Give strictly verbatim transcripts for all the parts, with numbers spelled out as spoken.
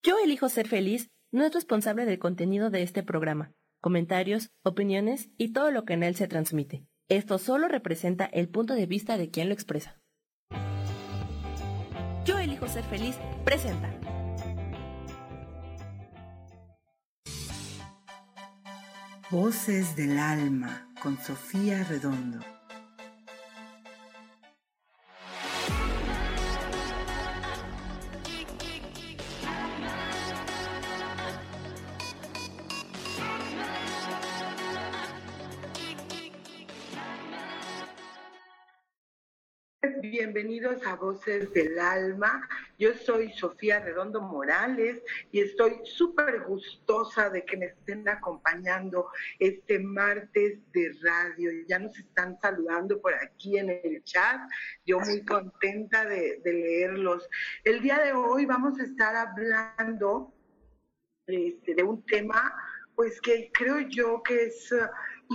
Yo elijo ser feliz no es responsable del contenido de este programa, comentarios, opiniones y todo lo que en él se transmite. Esto solo representa el punto de vista de quien lo expresa. Yo elijo ser feliz presenta. Voces del alma con Sofía Redondo. Bienvenidos a Voces del Alma. Yo soy Sofía Redondo Morales y estoy súper gustosa de que me estén acompañando este martes de radio. Ya nos están saludando por aquí en el chat. Yo muy contenta de, de leerlos. El día de hoy vamos a estar hablando este, de un tema pues que creo yo que es uh,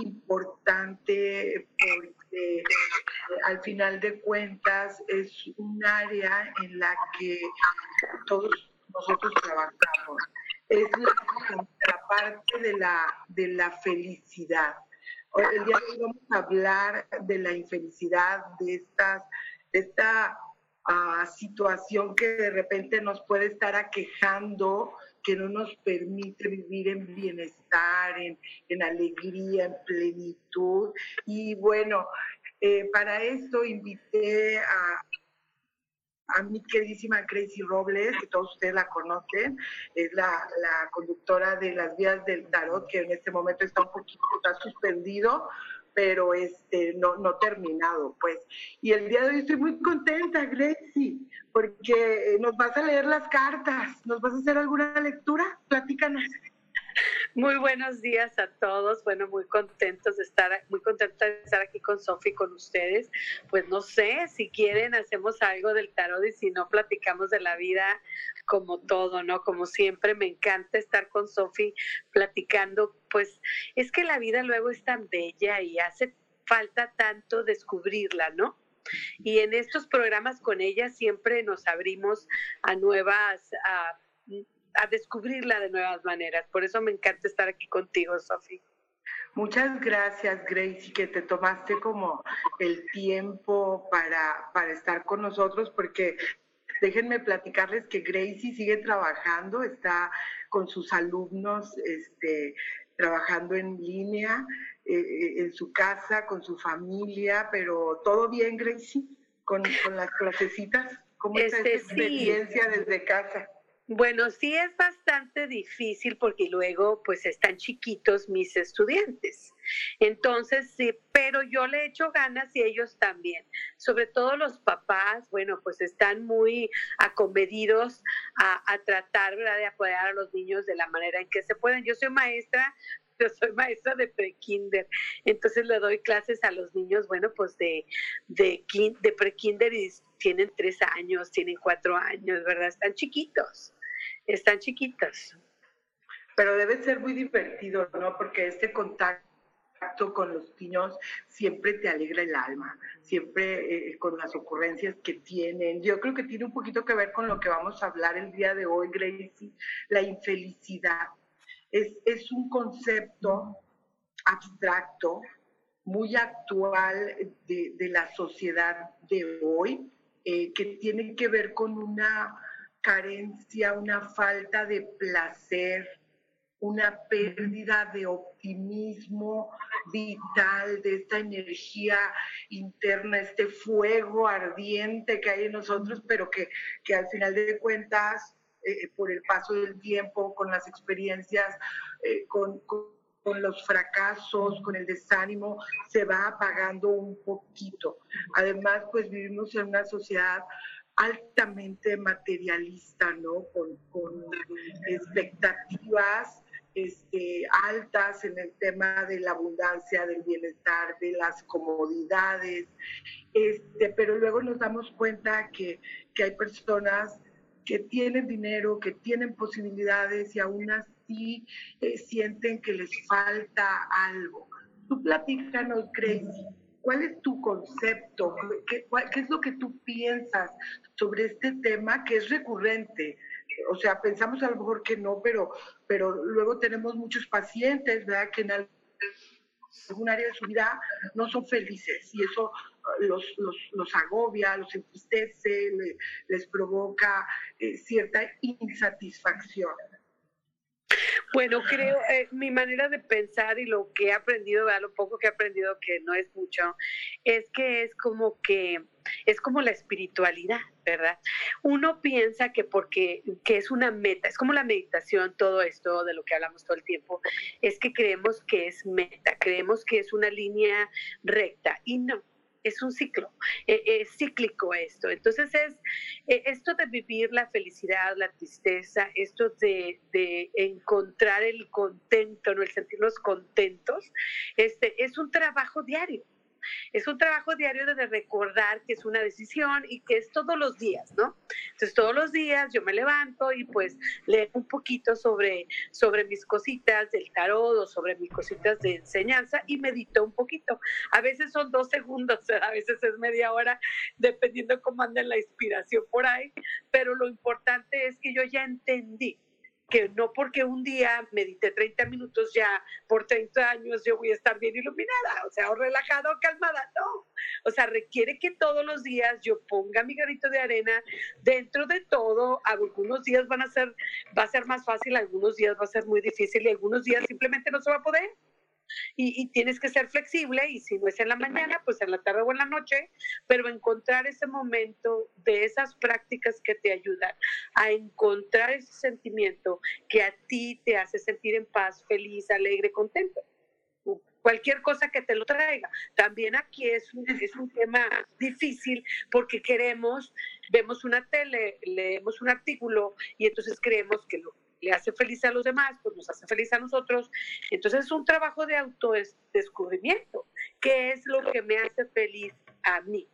importante porque eh, al final de cuentas es un área en la que todos nosotros trabajamos. Es la contraparte de la, de la felicidad. El día de hoy vamos a hablar de la infelicidad, de, estas, de esta uh, situación que de repente nos puede estar aquejando, que no nos permite vivir en bienestar, en, en alegría, en plenitud. Y bueno, eh, para esto invité a, a mi queridísima Gracie Robles, que todos ustedes la conocen, es la, la conductora de Las Vías del Tarot, que en este momento está un poquito está suspendido, pero este, no, no terminado, pues. Y el día de hoy estoy muy contenta, Gracie, porque nos vas a leer las cartas. ¿Nos vas a hacer alguna lectura? Platícanos. Muy buenos días a todos. Bueno, muy contentos de estar, muy contenta de estar aquí con Sofi y con ustedes. Pues no sé, si quieren hacemos algo del tarot y si no platicamos de la vida como todo, ¿no? Como siempre me encanta estar con Sofi platicando. Pues es que la vida luego es tan bella y hace falta tanto descubrirla, ¿no? Y en estos programas con ella siempre nos abrimos a nuevas, a, a descubrirla de nuevas maneras. Por eso me encanta estar aquí contigo, Sofi. Muchas gracias, Gracie, que te tomaste como el tiempo para, para estar con nosotros, porque déjenme platicarles que Gracie sigue trabajando, está con sus alumnos, este, trabajando en línea, eh, en su casa, con su familia, pero ¿todo bien, Gracie? Con, con las clasecitas, ¿cómo está Este, esta experiencia sí. desde casa? Bueno, sí es bastante difícil porque luego pues están chiquitos mis estudiantes. Entonces, sí, pero yo le echo ganas y ellos también. Sobre todo los papás, bueno, pues están muy acomedidos a, a tratar, ¿verdad?, de apoyar a los niños de la manera en que se pueden. Yo soy maestra, yo soy maestra de pre-kinder, entonces le doy clases a los niños, bueno, pues de, de, de pre-kinder y tienen tres años, tienen cuatro años, ¿verdad? Están chiquitos, están chiquitos. Pero debe ser muy divertido, ¿no? Porque este contacto con los niños siempre te alegra el alma, siempre eh, con las ocurrencias que tienen. Yo creo que tiene un poquito que ver con lo que vamos a hablar el día de hoy, Gracie, la infelicidad. Es, es un concepto abstracto, muy actual de, de la sociedad de hoy, eh, que tiene que ver con una carencia, una falta de placer, una pérdida de optimismo vital, de esta energía interna, este fuego ardiente que hay en nosotros, pero que, que al final de cuentas, eh, por el paso del tiempo, con las experiencias, eh, con, con, con los fracasos, con el desánimo, se va apagando un poquito. Además, pues vivimos en una sociedad altamente materialista, ¿no? Con, con expectativas este, altas en el tema de la abundancia, del bienestar, de las comodidades, este, pero luego nos damos cuenta que, que hay personas que tienen dinero, que tienen posibilidades y aún así eh, sienten que les falta algo. Tú platícanos, Gracie, ¿cuál es tu concepto? ¿Qué, cuál, ¿Qué es lo que tú piensas sobre este tema que es recurrente? O sea, pensamos a lo mejor que no, pero, pero luego tenemos muchos pacientes, ¿verdad?, que en algún área de su vida no son felices y eso los, los, los agobia, los entristece, les, les provoca eh, cierta insatisfacción. Bueno, creo, eh, mi manera de pensar y lo que he aprendido, ¿verdad?, lo poco que he aprendido, que no es mucho, es que es como que, es como la espiritualidad, ¿verdad? Uno piensa que porque, que es una meta, es como la meditación, todo esto de lo que hablamos todo el tiempo, es que creemos que es meta, creemos que es una línea recta, y no. Es un ciclo, eh, es cíclico esto. Entonces es eh, esto de vivir la felicidad, la tristeza, esto de, de encontrar el contento, ¿no?, el sentirnos contentos, este, es un trabajo diario. Es un trabajo diario de recordar que es una decisión y que es todos los días, ¿no? Entonces, todos los días yo me levanto y pues leo un poquito sobre, sobre mis cositas del tarot o sobre mis cositas de enseñanza y medito un poquito. A veces son dos segundos, a veces es media hora, dependiendo cómo ande la inspiración por ahí, pero lo importante es que yo ya entendí que no porque un día medité treinta minutos ya por treinta años yo voy a estar bien iluminada, o sea, o relajada o calmada, no. O sea, requiere que todos los días yo ponga mi granito de arena. Dentro de todo, algunos días van a ser, va a ser más fácil, algunos días va a ser muy difícil y algunos días simplemente no se va a poder. Y, y tienes que ser flexible y si no es en la mañana, pues en la tarde o en la noche, pero encontrar ese momento de esas prácticas que te ayudan a encontrar ese sentimiento que a ti te hace sentir en paz, feliz, alegre, contento. Cualquier cosa que te lo traiga. También aquí es un, es un tema difícil porque queremos, vemos una tele, leemos un artículo y entonces creemos que lo le hace feliz a los demás, pues nos hace feliz a nosotros. Entonces es un trabajo de autodescubrimiento. ¿Qué es lo que me hace feliz a mí?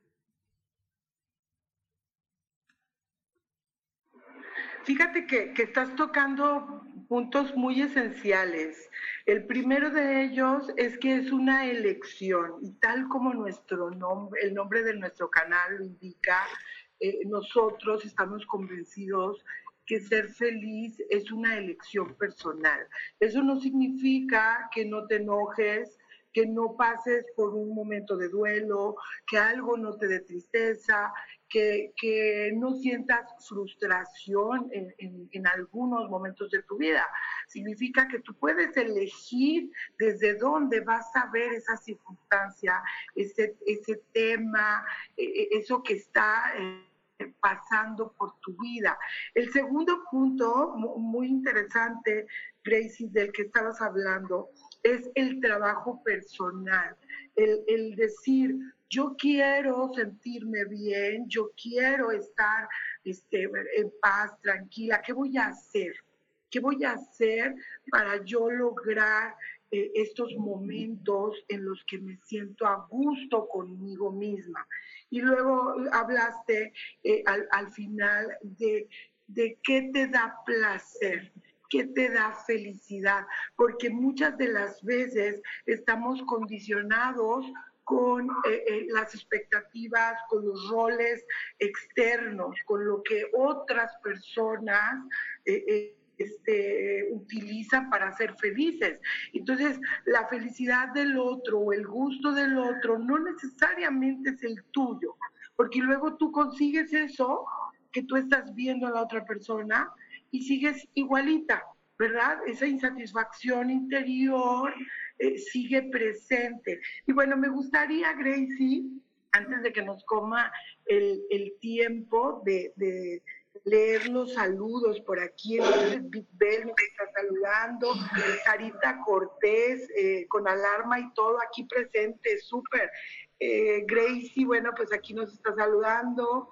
Fíjate que, que estás tocando puntos muy esenciales. El primero de ellos es que es una elección y tal como nuestro nombre, el nombre de nuestro canal lo indica, eh, nosotros estamos convencidos que ser feliz es una elección personal. Eso no significa que no te enojes, que no pases por un momento de duelo, que algo no te dé tristeza, que, que no sientas frustración en, en, en algunos momentos de tu vida. Significa que tú puedes elegir desde dónde vas a ver esa circunstancia, ese, ese tema, eh, eso que está... Eh, pasando por tu vida. El segundo punto, muy interesante, Gracie, del que estabas hablando, es el trabajo personal, el, el decir, yo quiero sentirme bien, yo quiero estar este, en paz, tranquila, ¿qué voy a hacer? ¿Qué voy a hacer para yo lograr eh, estos momentos en los que me siento a gusto conmigo misma? Y luego hablaste eh, al, al final de, de qué te da placer, qué te da felicidad, porque muchas de las veces estamos condicionados con eh, eh, las expectativas, con los roles externos, con lo que otras personas eh, eh, Este, utilizan para ser felices. Entonces, la felicidad del otro o el gusto del otro no necesariamente es el tuyo, porque luego tú consigues eso que tú estás viendo a la otra persona y sigues igualita, ¿verdad? Esa insatisfacción interior eh, sigue presente. Y bueno, me gustaría, Gracie, antes de que nos coma el, el tiempo de, de leer los saludos por aquí. Entonces, Big Bell me está saludando, Sarita Cortés, eh, con alarma y todo aquí presente, súper. Eh, Gracie, bueno, pues aquí nos está saludando.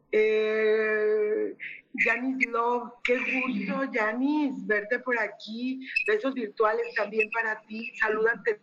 Eh, Janice Love, qué gusto, Janice, verte por aquí. Besos virtuales también para ti. Salúdate.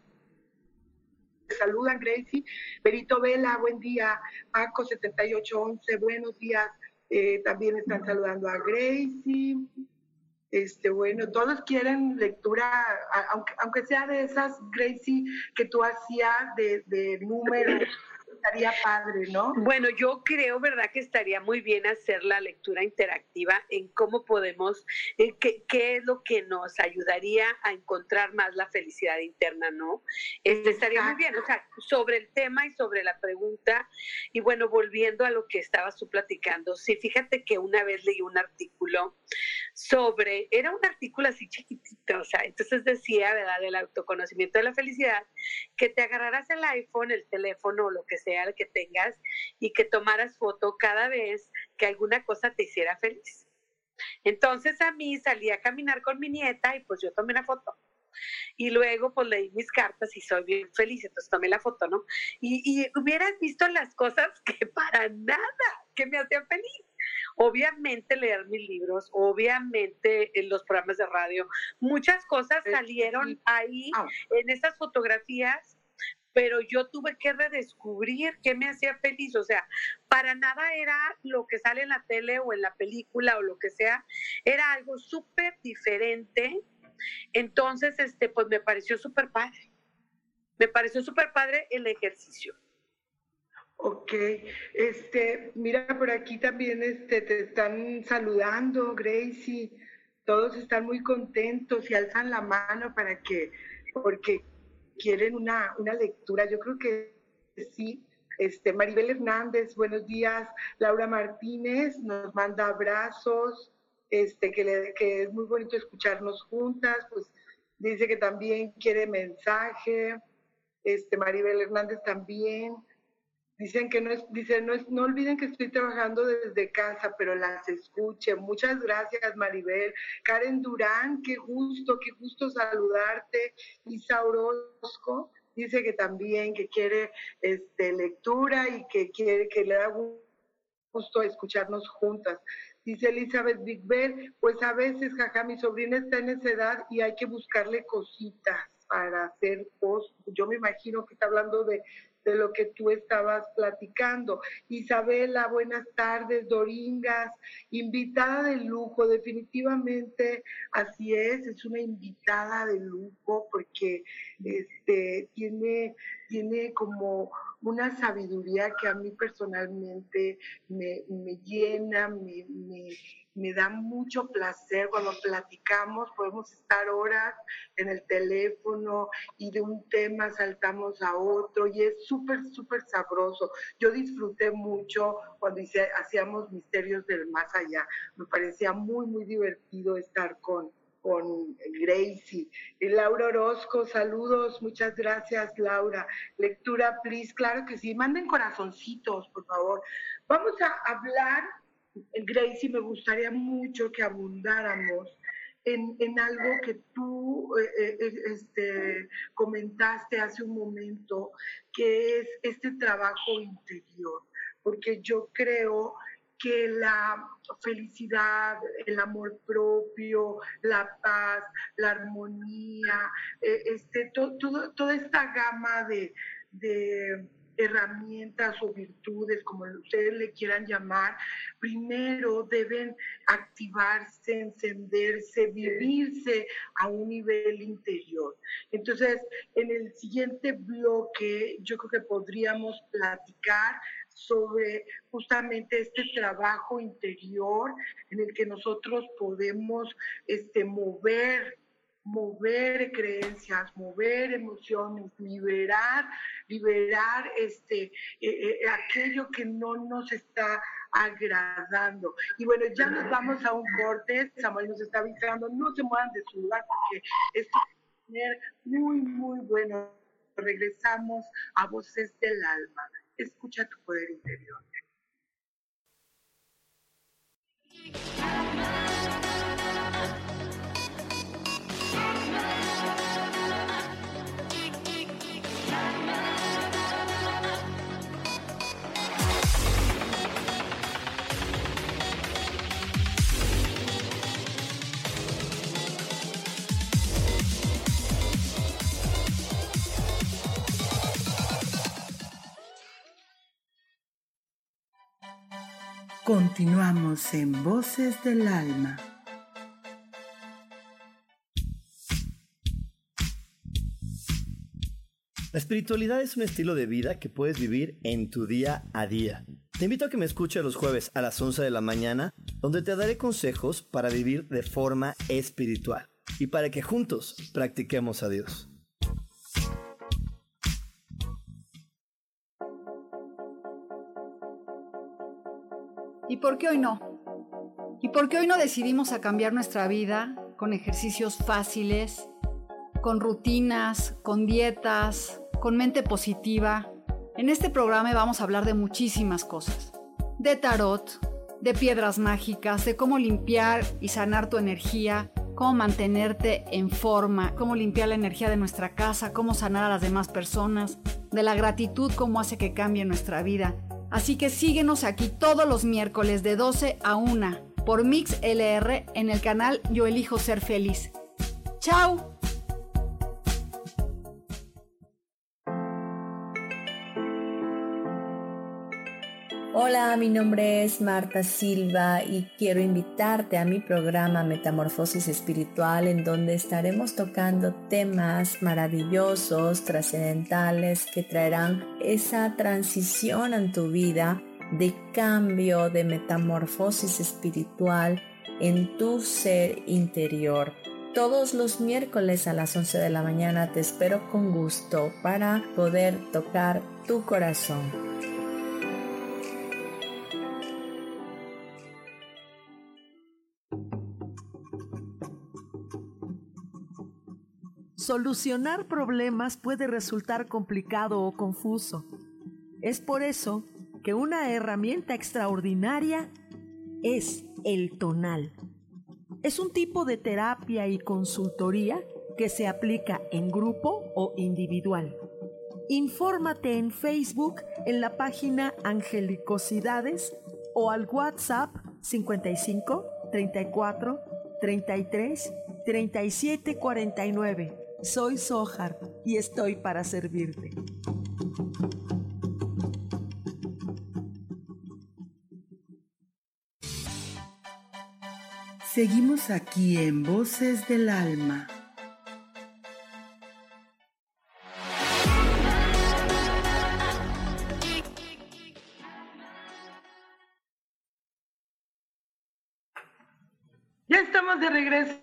Te saludan, Gracie. Berito Vela, buen día. Paco setenta y ocho once, buenos días. Eh, también están saludando a Gracie. Este, bueno, todos quieren lectura, aunque, aunque sea de esas, Gracie, que tú hacías de, de números. Estaría padre, ¿no? Bueno, yo creo, ¿verdad?, que estaría muy bien hacer la lectura interactiva en cómo podemos, eh, qué, qué es lo que nos ayudaría a encontrar más la felicidad interna, ¿no? Este, estaría muy bien, o sea, sobre el tema y sobre la pregunta. Y bueno, volviendo a lo que estabas tú platicando, sí, fíjate que una vez leí un artículo sobre, era un artículo así chiquitito, o sea, entonces decía, ¿verdad?, del autoconocimiento de la felicidad, que te agarraras el iPhone, el teléfono o lo que sea el que tengas y que tomaras foto cada vez que alguna cosa te hiciera feliz. Entonces a mí salí a caminar con mi nieta y pues yo tomé una foto. Y luego pues leí mis cartas y soy bien feliz, entonces tomé la foto, ¿no? Y, y hubieras visto las cosas que para nada, que me hacían feliz. Obviamente leer mis libros, obviamente en los programas de radio, muchas cosas salieron ahí en esas fotografías, pero yo tuve que redescubrir qué me hacía feliz, o sea, para nada era lo que sale en la tele o en la película o lo que sea, era algo súper diferente. Entonces, este, pues me pareció súper padre, me pareció súper padre el ejercicio. Ok, este, mira, por aquí también este, te están saludando, Gracie, todos están muy contentos y alzan la mano para que, porque quieren una, una lectura, yo creo que sí. Este, Maribel Hernández, buenos días. Laura Martínez nos manda abrazos, este, que, le, que es muy bonito escucharnos juntas, pues dice que también quiere mensaje. Este, Maribel Hernández también. Dicen que no es, dicen, no, es, no olviden que estoy trabajando desde casa, pero las escuche. Muchas gracias, Maribel. Karen Durán, qué gusto, qué gusto saludarte. Isa Orozco dice que también, que quiere este, lectura y que quiere, que le da gusto escucharnos juntas. Dice Elizabeth Bigbel, pues a veces, jaja, mi sobrina está en esa edad y hay que buscarle cositas para hacer post. Yo me imagino que está hablando de de lo que tú estabas platicando. Isabela, buenas tardes, Doringas, invitada de lujo, definitivamente así es, es una invitada de lujo porque este, tiene, tiene como una sabiduría que a mí personalmente me, me llena, me, me, me da mucho placer cuando platicamos, podemos estar horas en el teléfono y de un tema saltamos a otro y es súper, súper sabroso. Yo disfruté mucho cuando hice, hacíamos Misterios del Más Allá, me parecía muy, muy divertido estar con, con Gracie. Y Laura Orozco, saludos, muchas gracias, Laura. Lectura, please, claro que sí, manden corazoncitos, por favor. Vamos a hablar, Gracie, me gustaría mucho que abundáramos en, en algo que tú eh, eh, este, comentaste hace un momento, que es este trabajo interior, porque yo creo que la felicidad, el amor propio, la paz, la armonía, eh, este, to, to, toda esta gama de, de herramientas o virtudes, como ustedes le quieran llamar, primero deben activarse, encenderse, vivirse a un nivel interior. Entonces, en el siguiente bloque, yo creo que podríamos platicar sobre justamente este trabajo interior en el que nosotros podemos este, mover, mover creencias, mover emociones, liberar, liberar este, eh, eh, aquello que no nos está agradando. Y bueno, ya nos vamos a un corte, Samuel nos está avisando, no se muevan de su lugar porque esto va a ser muy, muy bueno. Regresamos a Voces del Alma. Escucha tu poder interior. Continuamos en Voces del Alma. La espiritualidad es un estilo de vida que puedes vivir en tu día a día. Te invito a que me escuches los jueves a las once de la mañana, donde te daré consejos para vivir de forma espiritual y para que juntos practiquemos a Dios. ¿Y por qué hoy no? ¿Y por qué hoy no decidimos a cambiar nuestra vida con ejercicios fáciles, con rutinas, con dietas, con mente positiva? En este programa vamos a hablar de muchísimas cosas. De tarot, de piedras mágicas, de cómo limpiar y sanar tu energía, cómo mantenerte en forma, cómo limpiar la energía de nuestra casa, cómo sanar a las demás personas, de la gratitud, cómo hace que cambie nuestra vida. Así que síguenos aquí todos los miércoles de doce a una por Mix L R en el canal Yo Elijo Ser Feliz. ¡Chao! Hola, mi nombre es Marta Silva y quiero invitarte a mi programa Metamorfosis Espiritual, en donde estaremos tocando temas maravillosos, trascendentales, que traerán esa transición en tu vida de cambio, de metamorfosis espiritual en tu ser interior. Todos los miércoles a las once de la mañana te espero con gusto para poder tocar tu corazón. Solucionar problemas puede resultar complicado o confuso. Es por eso que una herramienta extraordinaria es el tonal. Es un tipo de terapia y consultoría que se aplica en grupo o individual. Infórmate en Facebook en la página Angelicosidades o al WhatsApp cincuenta y cinco, treinta y cuatro, treinta y tres, treinta y siete, cuarenta y nueve. Soy Sohar y estoy para servirte. Seguimos aquí en Voces del Alma. Ya estamos de regreso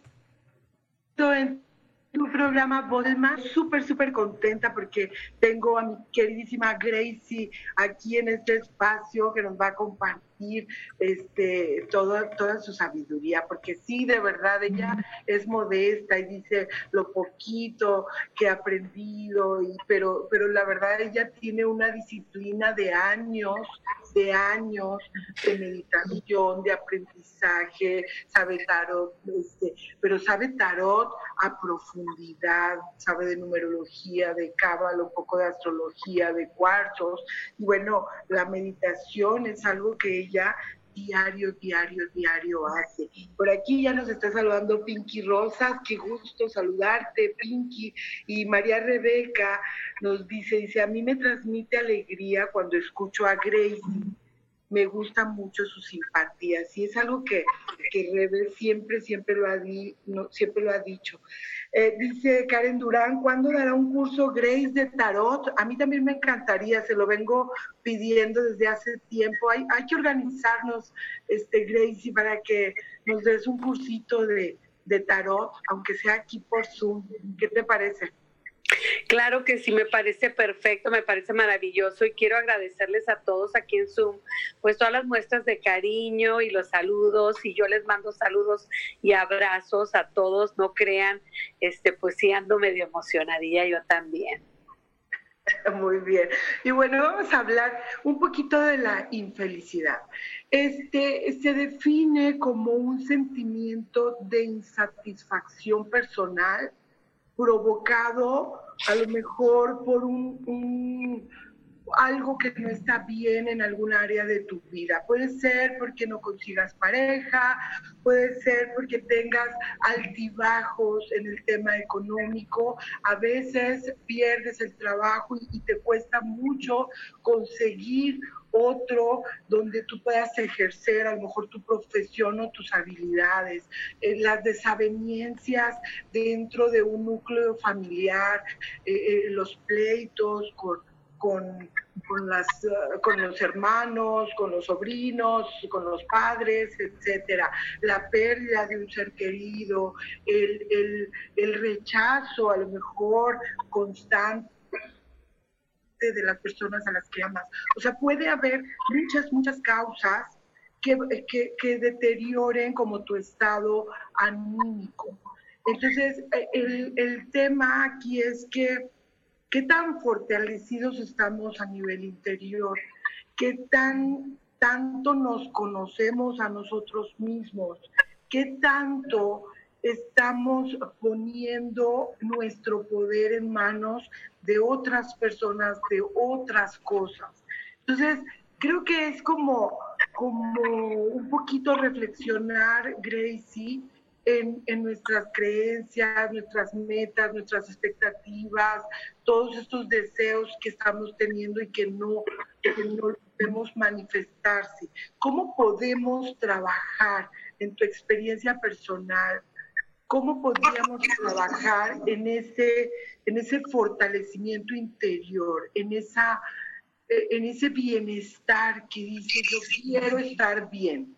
en tu programa Vodelma. Súper, súper contenta porque tengo a mi queridísima Gracie aquí en este espacio que nos va a compartir este, todo, toda su sabiduría, porque sí, de verdad, ella es modesta y dice lo poquito que ha aprendido, y, pero, pero la verdad ella tiene una disciplina de años, de años de meditación, de aprendizaje, sabe tarot, este, pero sabe tarot a profundidad, sabe de numerología, de cábala, un poco de astrología, de cuarzos, y bueno, la meditación es algo que ella diario, diario, diario hace. Por aquí ya nos está saludando Pinky Rosas, qué gusto saludarte, Pinky. Y María Rebeca nos dice, dice, a mí me transmite alegría cuando escucho a Gracie, me gusta mucho su simpatía, sí, es algo que, que Rebe siempre, siempre lo ha, di, no, siempre lo ha dicho. Eh, dice Karen Durán, ¿cuándo dará un curso Grace de tarot? A mí también me encantaría, se lo vengo pidiendo desde hace tiempo. Hay, hay que organizarnos, este, Grace, para que nos des un cursito de, de tarot, aunque sea aquí por Zoom. ¿Qué te parece? Claro que sí, me parece perfecto, me parece maravilloso y quiero agradecerles a todos aquí en Zoom, pues todas las muestras de cariño y los saludos, y yo les mando saludos y abrazos a todos, no crean, este, pues sí ando medio emocionadilla yo también. Muy bien. Y bueno, vamos a hablar un poquito de la infelicidad. Este se define como un sentimiento de insatisfacción personal provocado a lo mejor por un, un algo que no está bien en algún área de tu vida. Puede ser porque no consigas pareja, puede ser porque tengas altibajos en el tema económico, a veces pierdes el trabajo y, y te cuesta mucho conseguir otro donde tú puedas ejercer a lo mejor tu profesión o tus habilidades, eh, las desavenencias dentro de un núcleo familiar, eh, eh, los pleitos con, con, con, las, uh, con los hermanos, con los sobrinos, con los padres, etcétera, la pérdida de un ser querido, el, el, el rechazo a lo mejor constante de las personas a las que amas. O sea, puede haber muchas, muchas causas que, que, que deterioren como tu estado anímico. Entonces, el, el tema aquí es que qué tan fortalecidos estamos a nivel interior, qué tan, tanto nos conocemos a nosotros mismos, qué tanto estamos poniendo nuestro poder en manos de otras personas, de otras cosas. Entonces, creo que es como, como un poquito reflexionar, Gracie, en, en nuestras creencias, nuestras metas, nuestras expectativas, todos estos deseos que estamos teniendo y que no, que no podemos manifestarse. ¿Cómo podemos trabajar en tu experiencia personal? ¿Cómo podríamos trabajar en ese, en ese fortalecimiento interior, en, esa, en ese bienestar que dice yo quiero estar bien?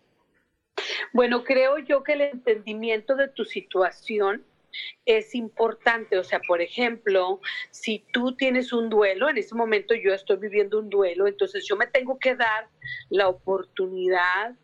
Bueno, creo yo que el entendimiento de tu situación es importante. O sea, por ejemplo, si tú tienes un duelo, en ese momento yo estoy viviendo un duelo, entonces yo me tengo que dar la oportunidad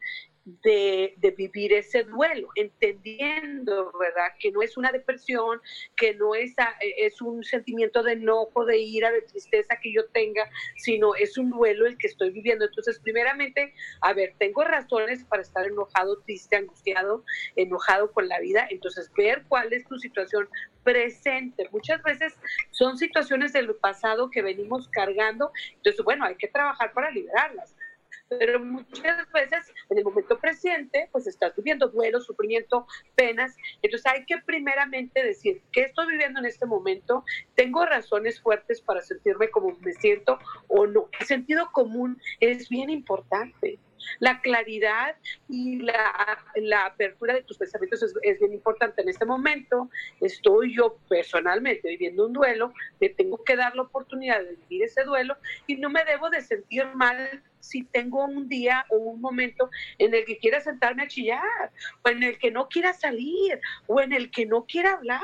De, de vivir ese duelo, entendiendo, ¿verdad?, que no es una depresión, que no es, a, es un sentimiento de enojo, de ira, de tristeza que yo tenga, sino es un duelo el que estoy viviendo. Entonces, primeramente, a ver, tengo razones para estar enojado, triste, angustiado, enojado con la vida. Entonces, ver cuál es tu situación presente. Muchas veces son situaciones del pasado que venimos cargando, entonces, bueno, hay que trabajar para liberarlas. Pero muchas veces en el momento presente pues estás viviendo duelo, sufrimiento, penas. Entonces hay que primeramente decir ¿qué estoy viviendo en este momento? ¿Tengo razones fuertes para sentirme como me siento o no? El sentido común es bien importante. La claridad y la, la apertura de tus pensamientos es, es bien importante. En este momento estoy yo personalmente viviendo un duelo, me tengo que dar la oportunidad de vivir ese duelo y no me debo de sentir mal si tengo un día o un momento en el que quiera sentarme a chillar, o en el que no quiera salir, o en el que no quiera hablar.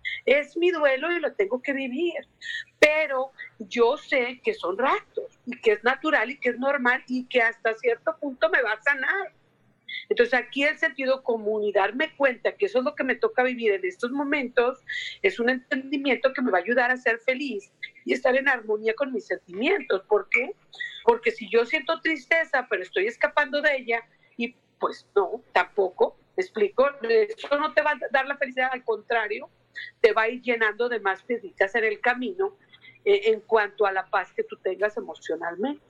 Es mi duelo y lo tengo que vivir, pero yo sé que son ratos y que es natural y que es normal y que hasta cierto punto me va a sanar. Entonces aquí el sentido común y darme cuenta que eso es lo que me toca vivir en estos momentos es un entendimiento que me va a ayudar a ser feliz y estar en armonía con mis sentimientos. ¿Por qué? Porque si yo siento tristeza pero estoy escapando de ella y pues no, tampoco, ¿me explico? Eso no te va a dar la felicidad, al contrario, te va a ir llenando de más piedritas en el camino eh, en cuanto a la paz que tú tengas emocionalmente.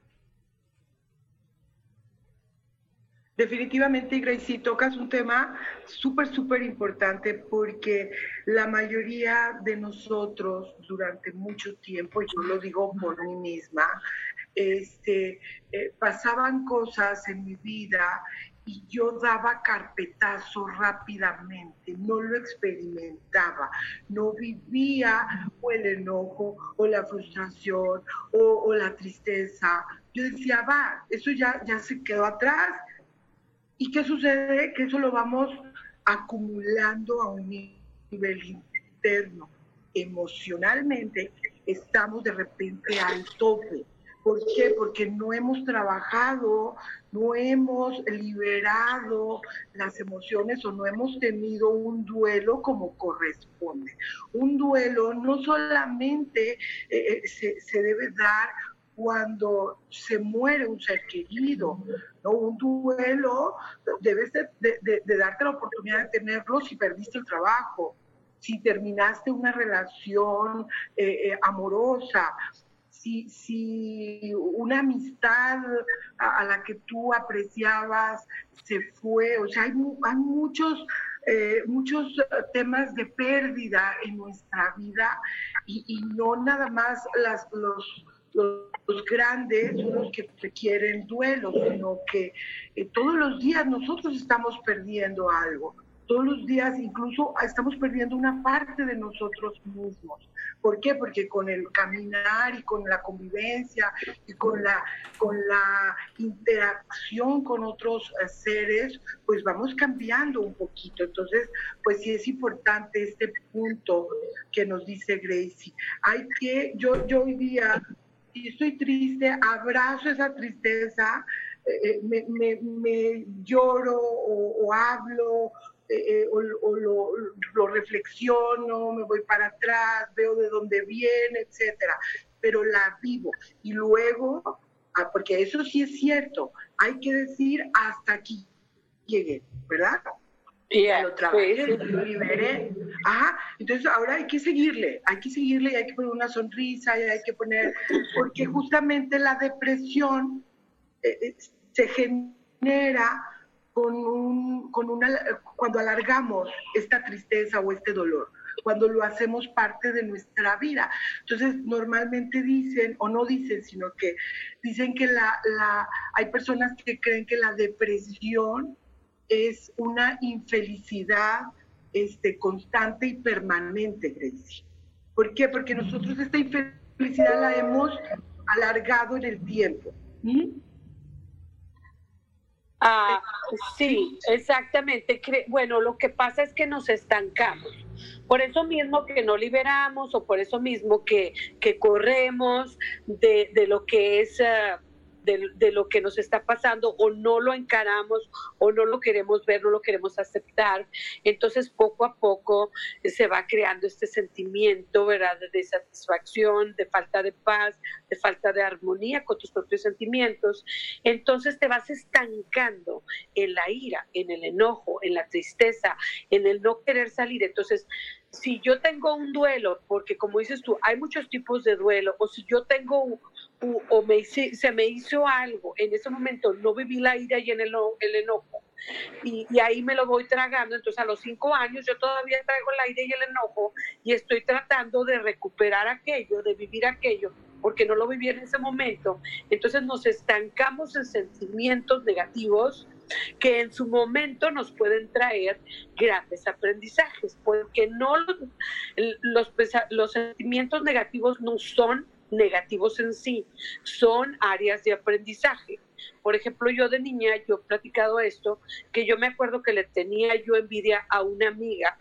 Definitivamente, Gracie, tocas un tema súper, súper importante porque la mayoría de nosotros durante mucho tiempo, yo lo digo por mí misma, este, eh, pasaban cosas en mi vida y yo daba carpetazo rápidamente, no lo experimentaba, no vivía o el enojo o la frustración o, o la tristeza. Yo decía, va, eso ya, ya se quedó atrás. ¿Y qué sucede? Que eso lo vamos acumulando a un nivel interno. Emocionalmente estamos de repente al tope. ¿Por qué? Porque no hemos trabajado, no hemos liberado las emociones o no hemos tenido un duelo como corresponde. Un duelo no solamente eh, se, se debe dar cuando se muere un ser querido, ¿no? Un duelo debes de, de, de, de darte la oportunidad de tenerlo si perdiste el trabajo, si terminaste una relación eh, eh, amorosa, si, si una amistad a, a la que tú apreciabas se fue. O sea, hay, hay muchos, eh, muchos temas de pérdida en nuestra vida y, y no nada más las, los los, los grandes son los que requieren duelo, sino que eh, todos los días nosotros estamos perdiendo algo. Todos los días incluso estamos perdiendo una parte de nosotros mismos. ¿Por qué? Porque con el caminar y con la convivencia y con la, con la interacción con otros uh, seres, pues vamos cambiando un poquito. Entonces, pues sí es importante este punto que nos dice Gracie. Hay que, yo, yo hoy día, si estoy triste, abrazo esa tristeza, eh, me, me, me lloro o, o hablo, Eh, o, o lo, lo reflexiono, me voy para atrás, veo de dónde viene, etcétera, pero la vivo. Y luego, ah, porque eso sí es cierto, hay que decir hasta aquí llegué, ¿verdad? Yeah, lo trabajé, sí, sí. lo liberé. Ajá, entonces ahora hay que seguirle, hay que seguirle y hay que poner una sonrisa y hay que poner, porque justamente la depresión eh, se genera con un, con una, cuando alargamos esta tristeza o este dolor, cuando lo hacemos parte de nuestra vida. Entonces, normalmente dicen, o no dicen, sino que dicen que la, la, hay personas que creen que la depresión es una infelicidad este, constante y permanente, Gracie. ¿Por qué? Porque nosotros esta infelicidad la hemos alargado en el tiempo. ¿Mm? Ah, sí, exactamente. Bueno, lo que pasa es que nos estancamos. Por eso mismo que no liberamos o por eso mismo que, que corremos de, de lo que es... Uh, De, de lo que nos está pasando o no lo encaramos o no lo queremos ver, no lo queremos aceptar. Entonces poco a poco se va creando este sentimiento, ¿verdad?, de satisfacción, de falta de paz, de falta de armonía con tus propios sentimientos. Entonces te vas estancando en la ira, en el enojo, en la tristeza, en el no querer salir. Entonces, si yo tengo un duelo, porque como dices tú, hay muchos tipos de duelo, o si yo tengo un, o me hice, se me hizo algo, en ese momento no viví la ira y en el, el enojo, y, y ahí me lo voy tragando. Entonces a los cinco años yo todavía traigo la ira y el enojo y estoy tratando de recuperar aquello, de vivir aquello, porque no lo viví en ese momento. Entonces nos estancamos en sentimientos negativos que en su momento nos pueden traer grandes aprendizajes, porque no los, los, los sentimientos negativos no son negativos en sí, son áreas de aprendizaje. Por ejemplo, yo de niña, yo he platicado esto, que yo me acuerdo que le tenía yo envidia a una amiga,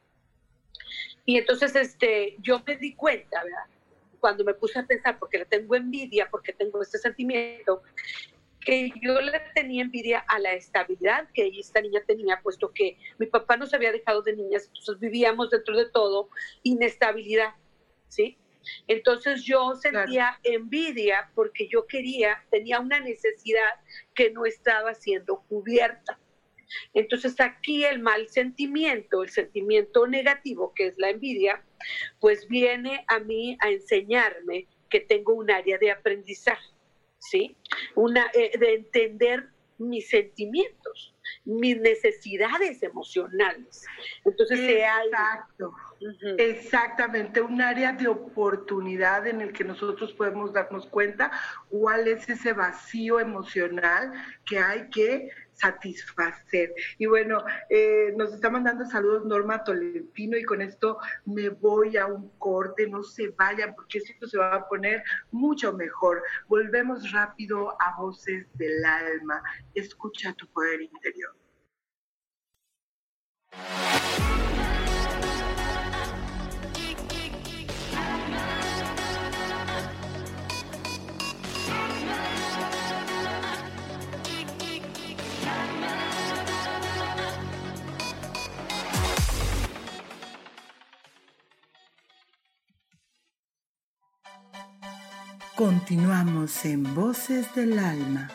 y entonces este, yo me di cuenta, ¿verdad?, cuando me puse a pensar, porque le tengo envidia, porque tengo este sentimiento, que yo le tenía envidia a la estabilidad que esta niña tenía, puesto que mi papá nos había dejado de niñas, entonces vivíamos dentro de todo inestabilidad, ¿sí? Entonces yo sentía claro. envidia porque yo quería, tenía una necesidad que no estaba siendo cubierta. Entonces aquí el mal sentimiento, el sentimiento negativo, que es la envidia, pues viene a mí a enseñarme que tengo un área de aprendizaje, ¿sí? Una, eh, de entender mis sentimientos, mis necesidades emocionales. Entonces, exacto, hay... uh-huh. exactamente, un área de oportunidad en el que nosotros podemos darnos cuenta cuál es ese vacío emocional que hay que satisfacer. Y bueno, eh, nos está mandando saludos Norma Tolentino, y con esto me voy a un corte. No se vayan porque esto se va a poner mucho mejor. Volvemos rápido a Voces del Alma. Escucha tu poder interior. Continuamos en Voces del Alma.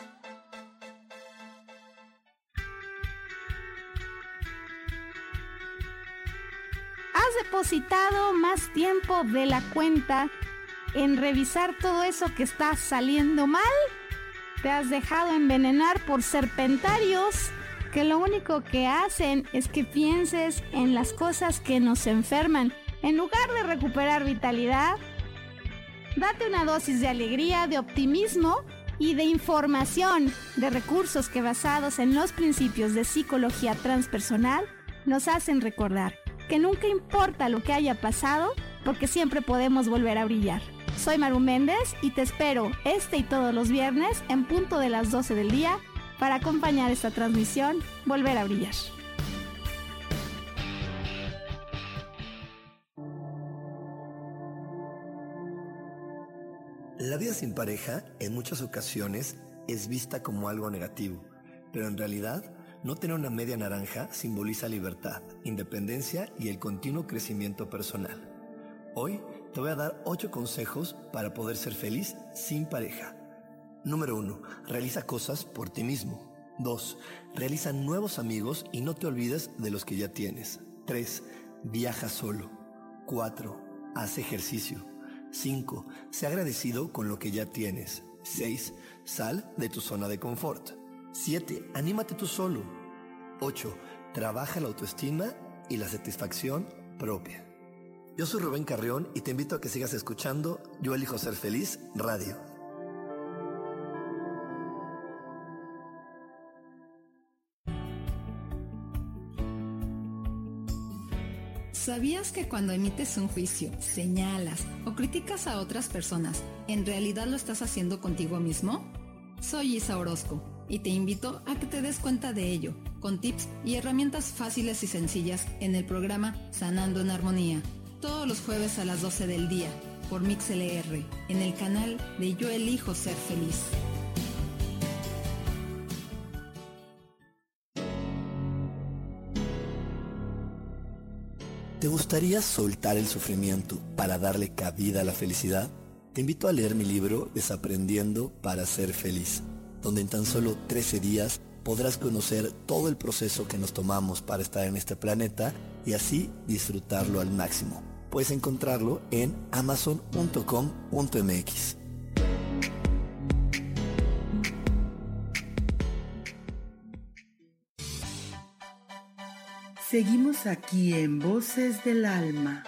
¿Has depositado más tiempo de la cuenta en revisar todo eso que está saliendo mal? ¿Te has dejado envenenar por serpentarios que lo único que hacen es que pienses en las cosas que nos enferman en lugar de recuperar vitalidad? Date una dosis de alegría, de optimismo y de información, de recursos que basados en los principios de psicología transpersonal nos hacen recordar que nunca importa lo que haya pasado, porque siempre podemos volver a brillar. Soy Maru Méndez y te espero este y todos los viernes en punto de las doce del día para acompañar esta transmisión Volver a Brillar. La vida sin pareja en muchas ocasiones es vista como algo negativo, pero en realidad no tener una media naranja simboliza libertad, independencia y el continuo crecimiento personal. Hoy te voy a dar ocho consejos para poder ser feliz sin pareja. Número uno. Realiza cosas por ti mismo. dos. Realiza nuevos amigos y no te olvides de los que ya tienes. tres. Viaja solo. cuatro. Haz ejercicio. cinco. Sé agradecido con lo que ya tienes. seis. Sal de tu zona de confort. siete. Anímate tú solo. ocho. Trabaja la autoestima y la satisfacción propia. Yo soy Rubén Carrión y te invito a que sigas escuchando Yo Elijo Ser Feliz Radio. ¿Sabías que cuando emites un juicio, señalas o criticas a otras personas, en realidad lo estás haciendo contigo mismo? Soy Isa Orozco y te invito a que te des cuenta de ello, con tips y herramientas fáciles y sencillas en el programa Sanando en Armonía, todos los jueves a las doce del día, por MixLR, en el canal de Yo Elijo Ser Feliz. ¿Te gustaría soltar el sufrimiento para darle cabida a la felicidad? Te invito a leer mi libro Desaprendiendo para Ser Feliz, donde en tan solo trece días podrás conocer todo el proceso que nos tomamos para estar en este planeta y así disfrutarlo al máximo. Puedes encontrarlo en amazon punto com punto m x. Seguimos aquí en Voces del Alma.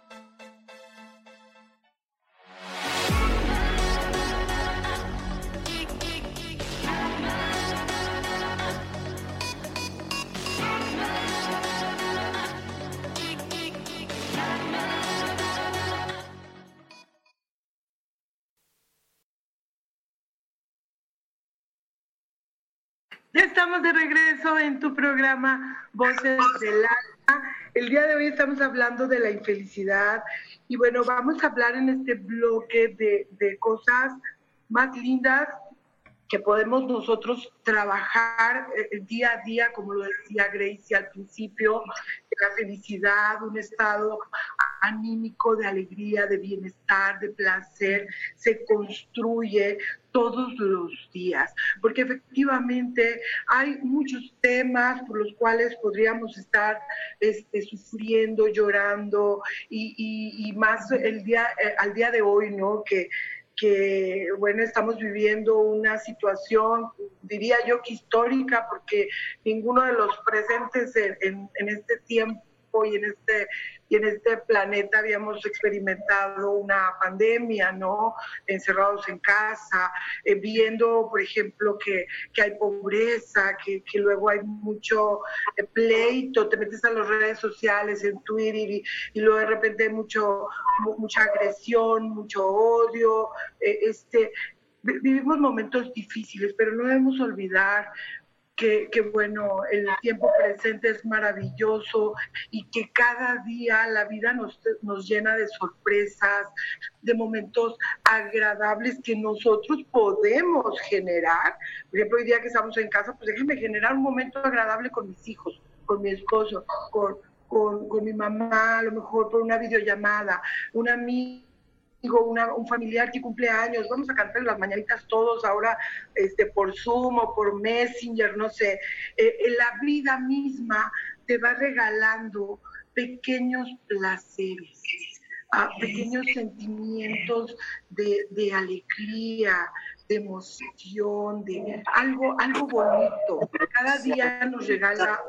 Ya estamos de regreso en tu programa Voces del Alma. El día de hoy estamos hablando de la infelicidad y bueno, vamos a hablar en este bloque de, de cosas más lindas que podemos nosotros trabajar eh, día a día, como lo decía Gracie al principio, la felicidad, un estado anímico de alegría, de bienestar, de placer, se construye todos los días, porque efectivamente hay muchos temas por los cuales podríamos estar este, sufriendo, llorando, y, y, y más el día, eh, al día de hoy, ¿no? Que que, bueno, estamos viviendo una situación, diría yo, que histórica, porque ninguno de los presentes en, en, en este tiempo y en este, y en este planeta habíamos experimentado una pandemia, ¿no? Encerrados en casa, eh, viendo, por ejemplo, que, que hay pobreza, que, que luego hay mucho eh, pleito, te metes a las redes sociales, en Twitter, y, y luego de repente hay mucho, mucha agresión, mucho odio, eh, este, vivimos momentos difíciles, pero no debemos olvidar Que, que bueno, el tiempo presente es maravilloso y que cada día la vida nos, nos llena de sorpresas, de momentos agradables que nosotros podemos generar. Por ejemplo, hoy día que estamos en casa, pues déjenme generar un momento agradable con mis hijos, con mi esposo, con, con, con mi mamá, a lo mejor por una videollamada, una amiga, Una, un familiar que cumple años, vamos a cantar las mañanitas todos ahora este, por Zoom o por Messenger, no sé. Eh, la vida misma te va regalando pequeños placeres, ah, pequeños sentimientos de, de alegría, de emoción, de algo, algo bonito. Cada día nos regala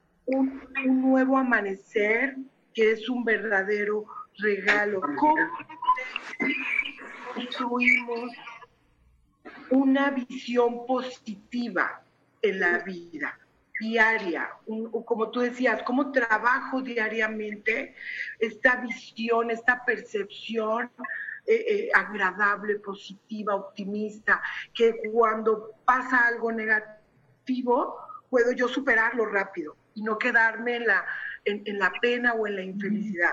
un, un nuevo amanecer que es un verdadero regalo. ¿Cómo construimos una visión positiva en la vida diaria, un, como tú decías, cómo trabajo diariamente esta visión, esta percepción eh, eh, agradable, positiva, optimista, que cuando pasa algo negativo puedo yo superarlo rápido y no quedarme en la, en, en la pena o en la infelicidad.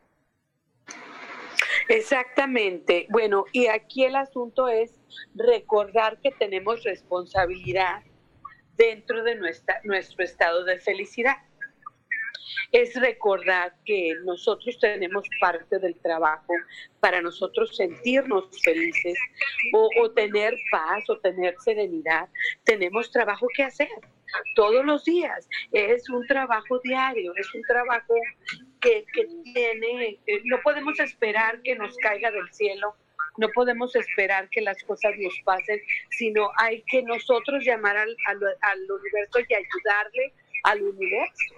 Exactamente. Bueno, y aquí el asunto es recordar que tenemos responsabilidad dentro de nuestra, nuestro estado de felicidad. Es recordar que nosotros tenemos parte del trabajo para nosotros sentirnos felices o, o tener paz o tener serenidad. Tenemos trabajo que hacer todos los días. Es un trabajo diario, es un trabajo que, que tiene, eh, no podemos esperar que nos caiga del cielo, no podemos esperar que las cosas nos pasen, sino hay que nosotros llamar al, al, al universo y ayudarle al universo,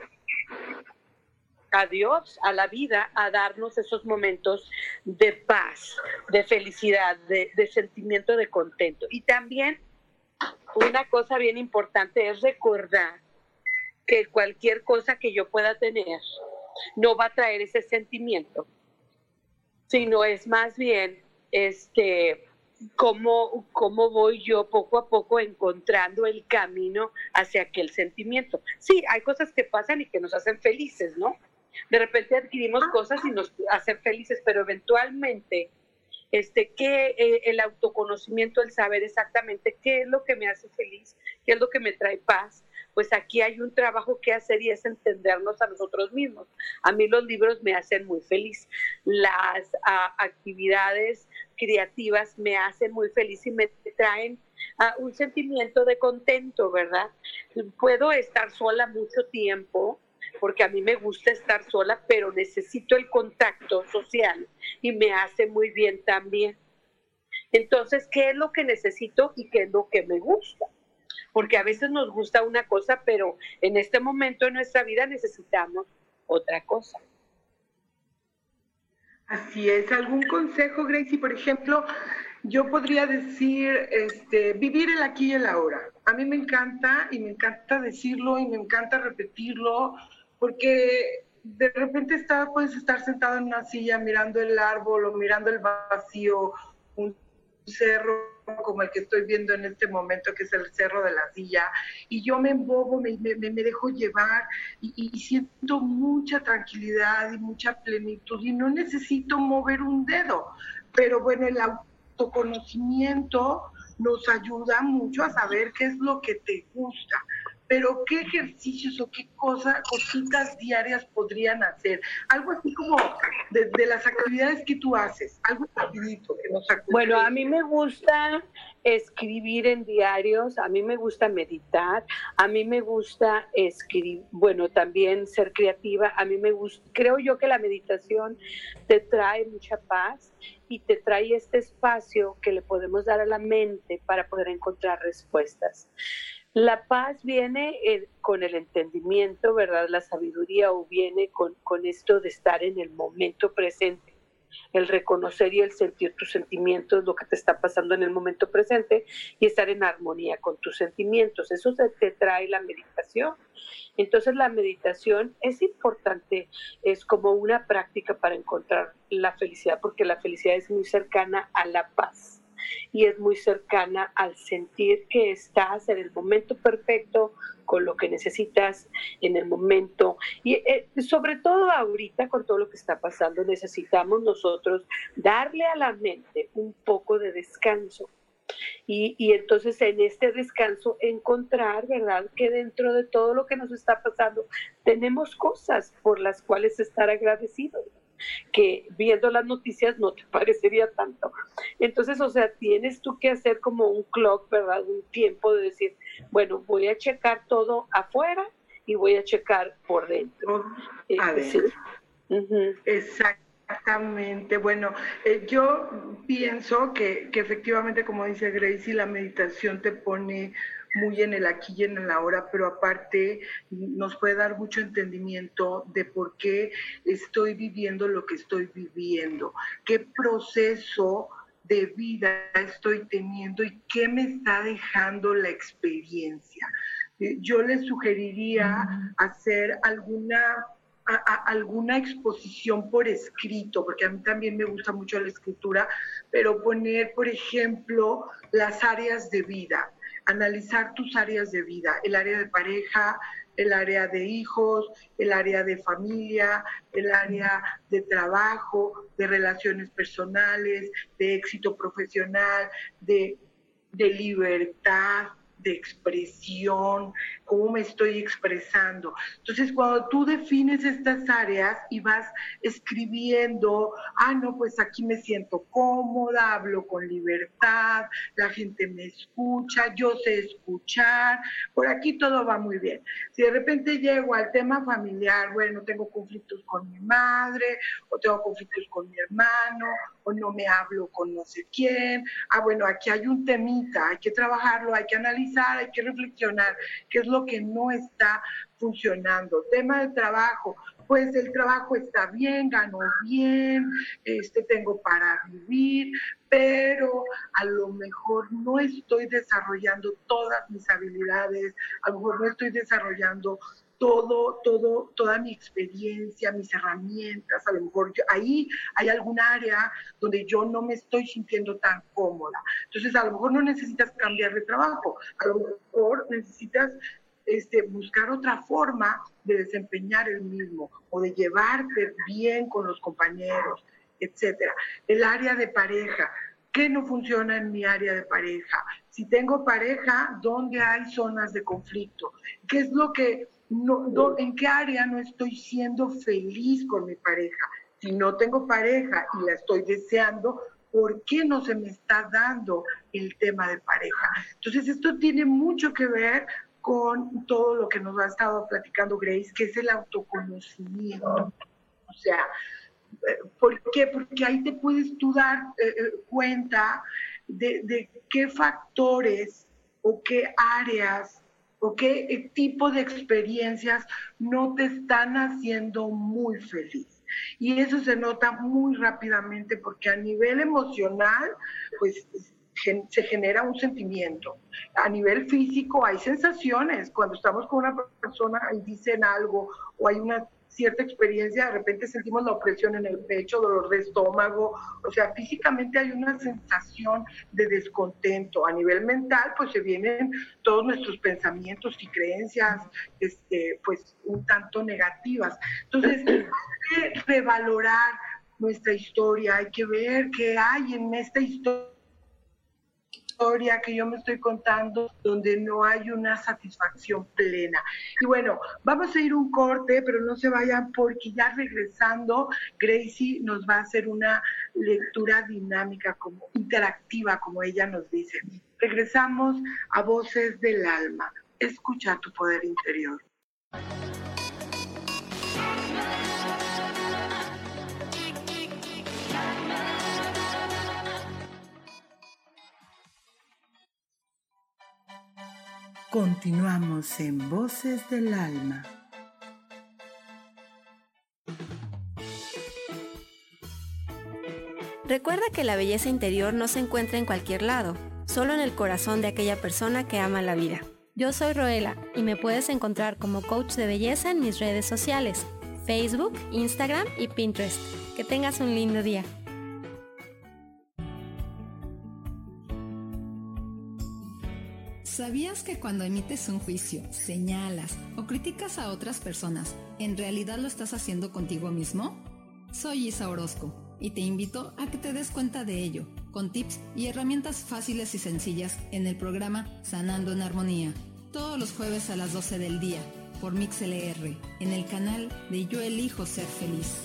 a Dios, a la vida, a darnos esos momentos de paz, de felicidad, de, de sentimiento de contento. Y también una cosa bien importante es recordar que cualquier cosa que yo pueda tener no va a traer ese sentimiento, sino es más bien este, cómo, cómo voy yo poco a poco encontrando el camino hacia aquel sentimiento. Sí, hay cosas que pasan y que nos hacen felices, ¿no? De repente adquirimos cosas y nos hacen felices, pero eventualmente este, que eh, el autoconocimiento, el saber exactamente qué es lo que me hace feliz, qué es lo que me trae paz, pues aquí hay un trabajo que hacer y es entendernos a nosotros mismos. A mí los libros me hacen muy feliz, las a, actividades creativas me hacen muy feliz y me traen a, un sentimiento de contento, ¿verdad? Puedo estar sola mucho tiempo, porque a mí me gusta estar sola, pero necesito el contacto social y me hace muy bien también. Entonces, ¿qué es lo que necesito y qué es lo que me gusta? Porque a veces nos gusta una cosa, pero en este momento de nuestra vida necesitamos otra cosa. Así es. ¿Algún consejo, Gracie? Por ejemplo, yo podría decir, este, vivir el aquí y el ahora. A mí me encanta y me encanta decirlo y me encanta repetirlo, porque de repente está, puedes estar sentado en una silla mirando el árbol o mirando el vacío, un cerro como el que estoy viendo en este momento, que es el Cerro de la Silla, y yo me embobo, me, me, me dejo llevar y, y siento mucha tranquilidad y mucha plenitud y no necesito mover un dedo. Pero bueno, el autoconocimiento nos ayuda mucho a saber qué es lo que te gusta. Pero ¿qué ejercicios o qué cosas, cositas diarias podrían hacer? Algo así como de, de las actividades que tú haces, algo rapidito que nos acuerde. Bueno, a mí me gusta escribir en diarios, a mí me gusta meditar, a mí me gusta escribir, bueno, también ser creativa, a mí me gusta, creo yo que la meditación te trae mucha paz y te trae este espacio que le podemos dar a la mente para poder encontrar respuestas. La paz viene eh, con el entendimiento, ¿verdad? La sabiduría o viene con, con esto de estar en el momento presente, el reconocer y el sentir tus sentimientos, lo que te está pasando en el momento presente y estar en armonía con tus sentimientos. Eso te, te trae la meditación. Entonces la meditación es importante, es como una práctica para encontrar la felicidad, porque la felicidad es muy cercana a la paz. Y es muy cercana al sentir que estás en el momento perfecto, con lo que necesitas en el momento. Y eh, sobre todo ahorita, con todo lo que está pasando, necesitamos nosotros darle a la mente un poco de descanso. Y, y entonces en este descanso encontrar, ¿verdad?, que dentro de todo lo que nos está pasando tenemos cosas por las cuales estar agradecidos, que viendo las noticias no te parecería tanto. Entonces, o sea, tienes tú que hacer como un clock, ¿verdad? Un tiempo de decir, bueno, voy a checar todo afuera y voy a checar por dentro. Eh, a ver. Uh-huh. Exactamente. Bueno, eh, yo pienso que, que efectivamente, como dice Gracie, la meditación te pone muy en el aquí y en el ahora, pero aparte nos puede dar mucho entendimiento de por qué estoy viviendo lo que estoy viviendo, qué proceso de vida estoy teniendo y qué me está dejando la experiencia. Yo les sugeriría hacer alguna, a, a, alguna exposición por escrito, porque a mí también me gusta mucho la escritura, pero poner, por ejemplo, las áreas de vida, analizar tus áreas de vida, el área de pareja, el área de hijos, el área de familia, el área de trabajo, de relaciones personales, de éxito profesional, de, de libertad, de expresión, cómo me estoy expresando. Entonces, cuando tú defines estas áreas y vas escribiendo, ah, no, pues aquí me siento cómoda, hablo con libertad, la gente me escucha, yo sé escuchar, por aquí todo va muy bien. Si de repente llego al tema familiar, bueno, tengo conflictos con mi madre, o tengo conflictos con mi hermano, o no me hablo con no sé quién, ah, bueno, aquí hay un temita, hay que trabajarlo, hay que analizar, hay que reflexionar, qué es lo que no está funcionando. Tema del trabajo, pues el trabajo está bien, gano bien, este, tengo para vivir, pero a lo mejor no estoy desarrollando todas mis habilidades, a lo mejor no estoy desarrollando todo, todo, toda mi experiencia, mis herramientas, a lo mejor yo, ahí hay algún área donde yo no me estoy sintiendo tan cómoda. Entonces, a lo mejor no necesitas cambiar de trabajo, a lo mejor necesitas este, buscar otra forma de desempeñar el mismo o de llevarte bien con los compañeros, etcétera. El área de pareja. ¿Qué no funciona en mi área de pareja? Si tengo pareja, ¿dónde hay zonas de conflicto? ¿Qué es lo que no, do, en qué área no estoy siendo feliz con mi pareja? Si no tengo pareja y la estoy deseando, ¿por qué no se me está dando el tema de pareja? Entonces, esto tiene mucho que ver con todo lo que nos ha estado platicando Grace, que es el autoconocimiento. O sea, ¿por qué? Porque ahí te puedes tú dar eh, cuenta de, de qué factores o qué áreas o qué tipo de experiencias no te están haciendo muy feliz. Y eso se nota muy rápidamente porque a nivel emocional, pues se genera un sentimiento. A nivel físico hay sensaciones. Cuando estamos con una persona y dicen algo o hay una cierta experiencia, de repente sentimos la opresión en el pecho, dolor de estómago, o sea, físicamente hay una sensación de descontento. A nivel mental, pues se vienen todos nuestros pensamientos y creencias, este, pues un tanto negativas. Entonces, hay que revalorar nuestra historia, hay que ver qué hay en esta historia historia que yo me estoy contando donde no hay una satisfacción plena. Y bueno, vamos a ir un corte, pero no se vayan porque ya regresando, Gracie nos va a hacer una lectura dinámica, como interactiva, como ella nos dice. Regresamos a Voces del Alma. Escucha tu poder interior. Continuamos en Voces del Alma. Recuerda que la belleza interior no se encuentra en cualquier lado, solo en el corazón de aquella persona que ama la vida. Yo soy Roela y me puedes encontrar como coach de belleza en mis redes sociales, Facebook, Instagram y Pinterest. Que tengas un lindo día. ¿Sabías que cuando emites un juicio, señalas o criticas a otras personas, en realidad lo estás haciendo contigo mismo? Soy Isa Orozco y te invito a que te des cuenta de ello, con tips y herramientas fáciles y sencillas en el programa Sanando en Armonía, todos los jueves a las doce del día, por MixLR, en el canal de Yo Elijo Ser Feliz.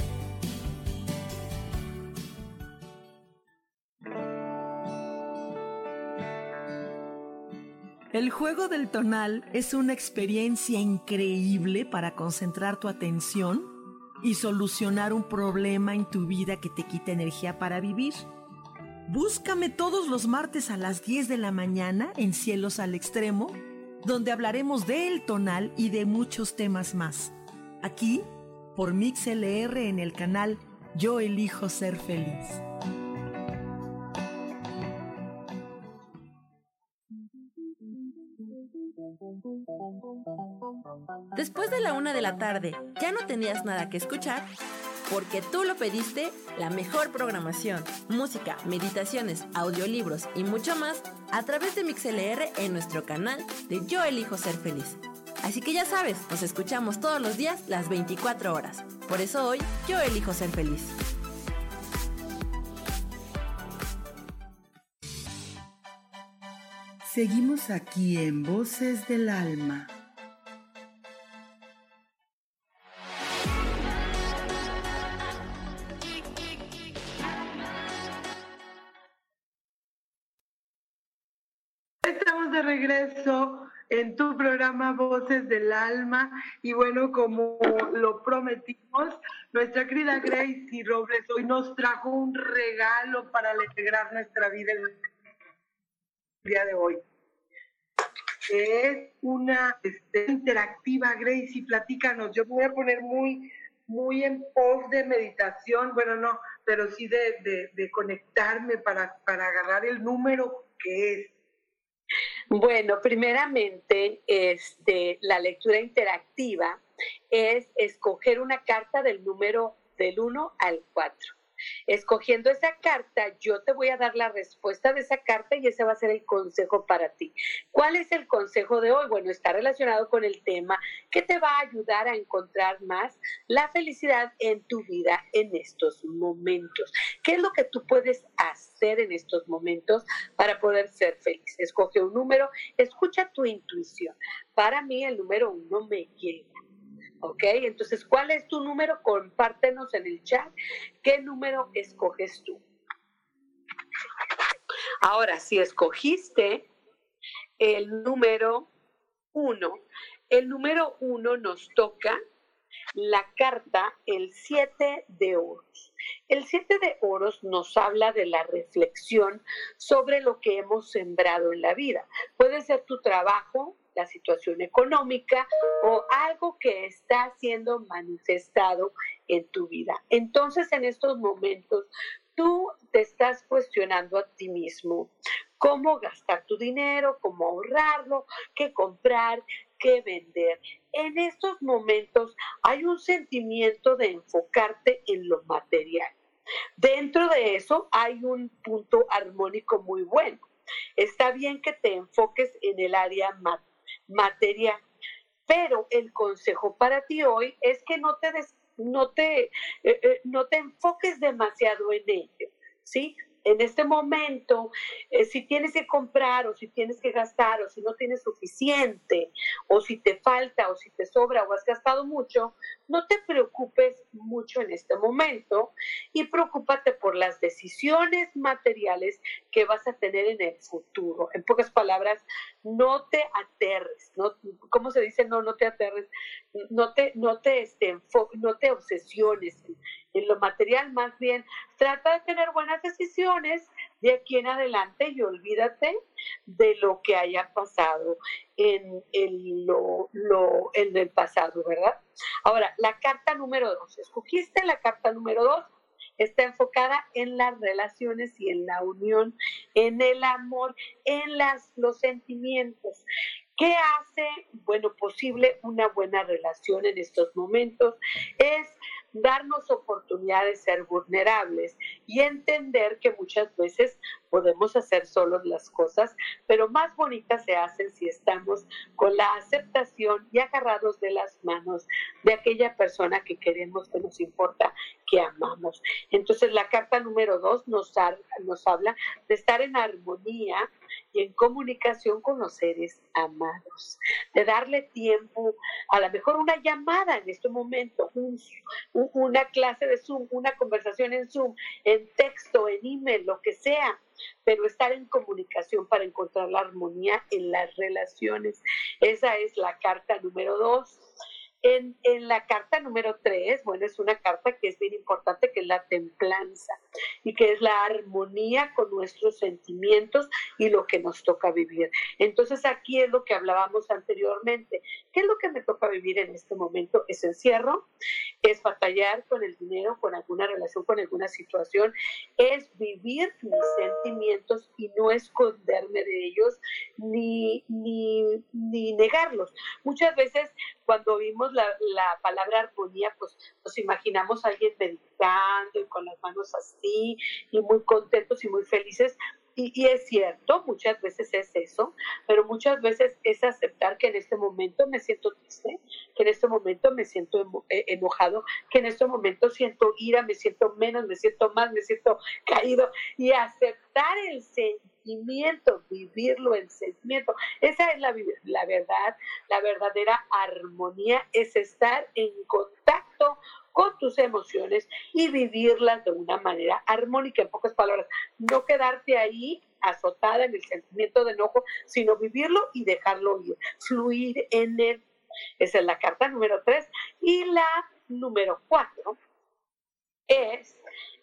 El juego del tonal es una experiencia increíble para concentrar tu atención y solucionar un problema en tu vida que te quita energía para vivir. Búscame todos los martes a las diez de la mañana en Cielos al Extremo, donde hablaremos del tonal y de muchos temas más. Aquí, por MixLR en el canal Yo Elijo Ser Feliz. de la tarde ya no tenías nada que escuchar, porque tú lo pediste, la mejor programación, música, meditaciones, audiolibros y mucho más a través de MixLR en nuestro canal de Yo Elijo Ser Feliz. Así que ya sabes, nos escuchamos todos los días las veinticuatro horas. Por eso hoy, yo elijo ser feliz. Seguimos aquí en Voces del Alma. Estamos de regreso en tu programa Voces del Alma y bueno, como lo prometimos, nuestra querida Gracie Robles hoy nos trajo un regalo para alegrar nuestra vida el día de hoy. Es una este, interactiva, Gracie, platícanos. Yo me voy a poner muy, muy en pos de meditación, bueno, no, pero sí de, de, de conectarme para, para agarrar el número que es. Bueno, primeramente, este, la lectura interactiva es escoger una carta del número del uno al cuatro. Escogiendo esa carta, yo te voy a dar la respuesta de esa carta y ese va a ser el consejo para ti. ¿Cuál es el consejo de hoy? Bueno, está relacionado con el tema que te va a ayudar a encontrar más la felicidad en tu vida en estos momentos. ¿Qué es lo que tú puedes hacer en estos momentos para poder ser feliz? Escoge un número, escucha tu intuición. Para mí el número uno me llega. ¿Ok? Entonces, ¿cuál es tu número? Compártenos en el chat. ¿Qué número escoges tú? Ahora, si escogiste el número uno, el número uno nos toca la carta, el siete de oros. El siete de oros nos habla de la reflexión sobre lo que hemos sembrado en la vida. Puede ser tu trabajo, la situación económica o algo que está siendo manifestado en tu vida. Entonces, en estos momentos, tú te estás cuestionando a ti mismo cómo gastar tu dinero, cómo ahorrarlo, qué comprar, qué vender. En estos momentos hay un sentimiento de enfocarte en lo material. Dentro de eso hay un punto armónico muy bueno. Está bien que te enfoques en el área material. material, pero el consejo para ti hoy es que no te des, no te eh, eh, no te enfoques demasiado en ello, ¿sí? En este momento, eh, si tienes que comprar o si tienes que gastar o si no tienes suficiente o si te falta o si te sobra o has gastado mucho, no te preocupes mucho en este momento y preocúpate por las decisiones materiales que vas a tener en el futuro. En pocas palabras, no te aterres, ¿no? ¿Cómo se dice? No, no te aterres, no te, no te, este, no te obsesiones en, en lo material, más bien trata de tener buenas decisiones de aquí en adelante y olvídate de lo que haya pasado en, en, lo, lo, en el pasado, ¿verdad? Ahora, la carta número dos, escogiste la carta número dos, está enfocada en las relaciones y en la unión, en el amor, en las, los sentimientos. ¿Qué hace, bueno, posible una buena relación en estos momentos? Es darnos oportunidad de ser vulnerables y entender que muchas veces podemos hacer solos las cosas, pero más bonitas se hacen si estamos con la aceptación y agarrados de las manos de aquella persona que queremos, que nos importa, que amamos. Entonces la carta número dos nos, ha, nos habla de estar en armonía y en comunicación con los seres amados, de darle tiempo, a lo mejor una llamada en este momento, un, un, una clase de Zoom, una conversación en Zoom, en texto, en email, lo que sea, pero estar en comunicación para encontrar la armonía en las relaciones. Esa es la carta número dos. En, en la carta número tres, bueno, es una carta que es bien importante, que es la templanza y que es la armonía con nuestros sentimientos y lo que nos toca vivir. Entonces aquí es lo que hablábamos anteriormente. ¿Qué es lo que me toca vivir en este momento? Es encierro, es batallar con el dinero, con alguna relación, con alguna situación, es vivir mis sentimientos y no esconderme de ellos ni, ni, ni negarlos. Muchas veces cuando oímos la, la palabra armonía, pues nos imaginamos a alguien meditando y con las manos así, y muy contentos y muy felices. Y, y es cierto, muchas veces es eso, pero muchas veces es aceptar que en este momento me siento triste, que en este momento me siento emo, eh, enojado, que en este momento siento ira, me siento menos, me siento más, me siento caído, y aceptar el sentimiento, vivirlo el sentimiento. Esa es la, la verdad, la verdadera armonía, es estar en contacto con tus emociones y vivirlas de una manera armónica. En pocas palabras, no quedarte ahí azotada en el sentimiento de enojo, sino vivirlo y dejarlo ir, fluir en él. Esa es la carta número tres. Y la número cuatro es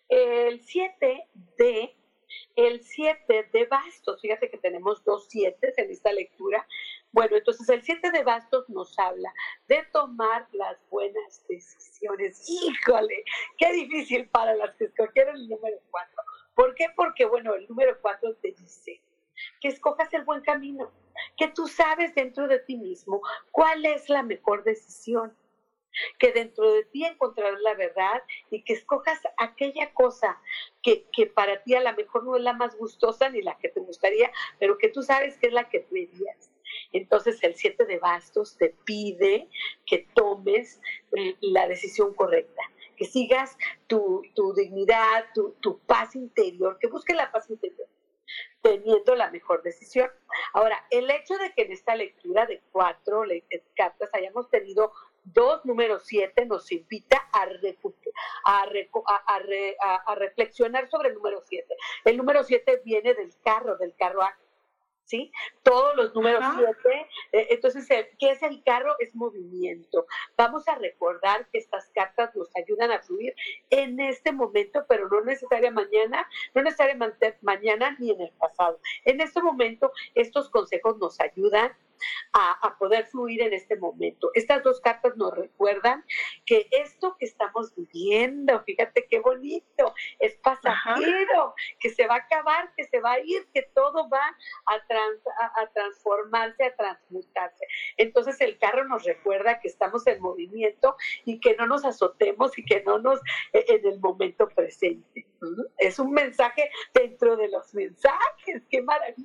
el siete de el siete de bastos. Fíjate que tenemos dos siete en esta lectura. Bueno, entonces el siete de bastos nos habla de tomar las buenas decisiones. ¡Híjole! ¡Qué difícil para las que escogieron el número cuatro! ¿Por qué? Porque, bueno, el número cuatro te dice que escojas el buen camino, que tú sabes dentro de ti mismo cuál es la mejor decisión, que dentro de ti encontrarás la verdad y que escojas aquella cosa que, que para ti a lo mejor no es la más gustosa ni la que te gustaría, pero que tú sabes que es la que querías. Entonces el siete de bastos te pide que tomes la decisión correcta, que sigas tu, tu dignidad, tu, tu paz interior, que busques la paz interior, teniendo la mejor decisión. Ahora, el hecho de que en esta lectura de cuatro cartas hayamos tenido dos números siete nos invita a, recu- a, recu- a, a, re- a, a reflexionar sobre el número siete. El número siete viene del carro, del carruaje, ¿sí? Todos los números siete, eh, entonces, ¿qué es el carro? Es movimiento. Vamos a recordar que estas cartas nos ayudan a fluir en este momento, pero no necesariamente mañana, no necesariamente mañana ni en el pasado. En este momento, estos consejos nos ayudan A, a poder fluir en este momento. Estas dos cartas nos recuerdan que esto que estamos viviendo, fíjate qué bonito, es pasajero, Ajá. que se va a acabar, que se va a ir, que todo va a, trans, a, a transformarse, a transmutarse. Entonces el carro nos recuerda que estamos en movimiento y que no nos azotemos y que no nos eh, en el momento presente. ¿Mm? Es un mensaje dentro de los mensajes, qué maravilla.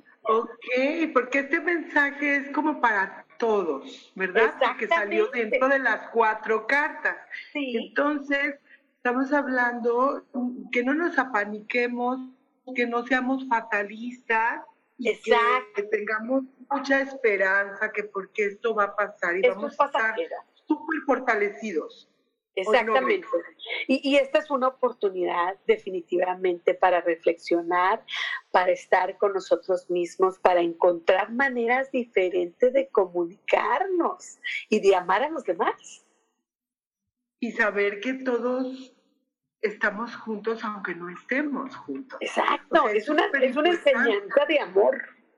Ok, porque este mensaje es como para todos, ¿verdad? Porque salió dentro de las cuatro cartas. Sí. Entonces, estamos hablando que no nos apaniquemos, que no seamos fatalistas, y Exacto. que tengamos mucha esperanza que porque esto va a pasar y esto vamos a estar súper fortalecidos. Exactamente. Y, y esta es una oportunidad definitivamente para reflexionar, para estar con nosotros mismos, para encontrar maneras diferentes de comunicarnos y de amar a los demás. Y saber que todos estamos juntos aunque no estemos juntos. Exacto, o sea, es, es, una, es una enseñanza de amor.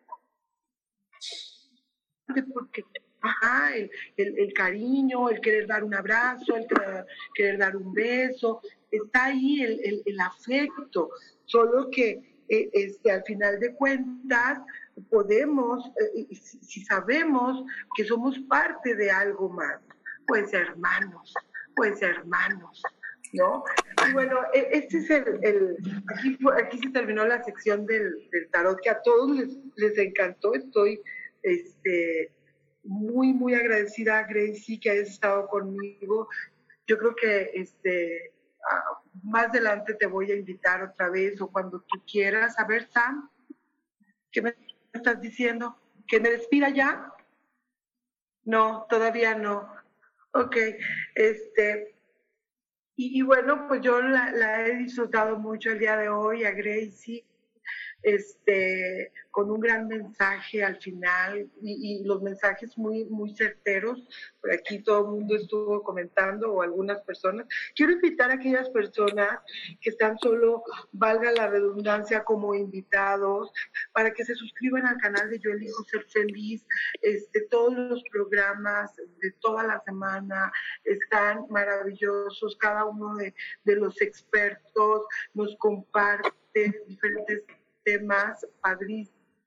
Porque Ajá, el, el, el cariño, el querer dar un abrazo, el querer, querer dar un beso, está ahí el, el, el afecto, solo que eh, este, al final de cuentas podemos, eh, si, si sabemos que somos parte de algo más, pues hermanos, pues hermanos, ¿no? Y bueno, este es el, el aquí, aquí se terminó la sección del, del tarot, que a todos les, les encantó, estoy, este... muy, muy agradecida, Gracie, que hayas estado conmigo. Yo creo que este, uh, más adelante te voy a invitar otra vez o cuando tú quieras. A ver, Sam, ¿qué me estás diciendo? ¿Que me despida ya? No, todavía no. Ok, este... Y, y bueno, pues yo la, la he disfrutado mucho el día de hoy, a Gracie. Este, con un gran mensaje al final y, y los mensajes muy, muy certeros. Por aquí todo el mundo estuvo comentando o algunas personas. Quiero invitar a aquellas personas que están solo, valga la redundancia, como invitados, para que se suscriban al canal de Yo Elijo Ser Feliz. Este, todos los programas de toda la semana están maravillosos. Cada uno de, de los expertos nos comparte diferentes temas padrísimos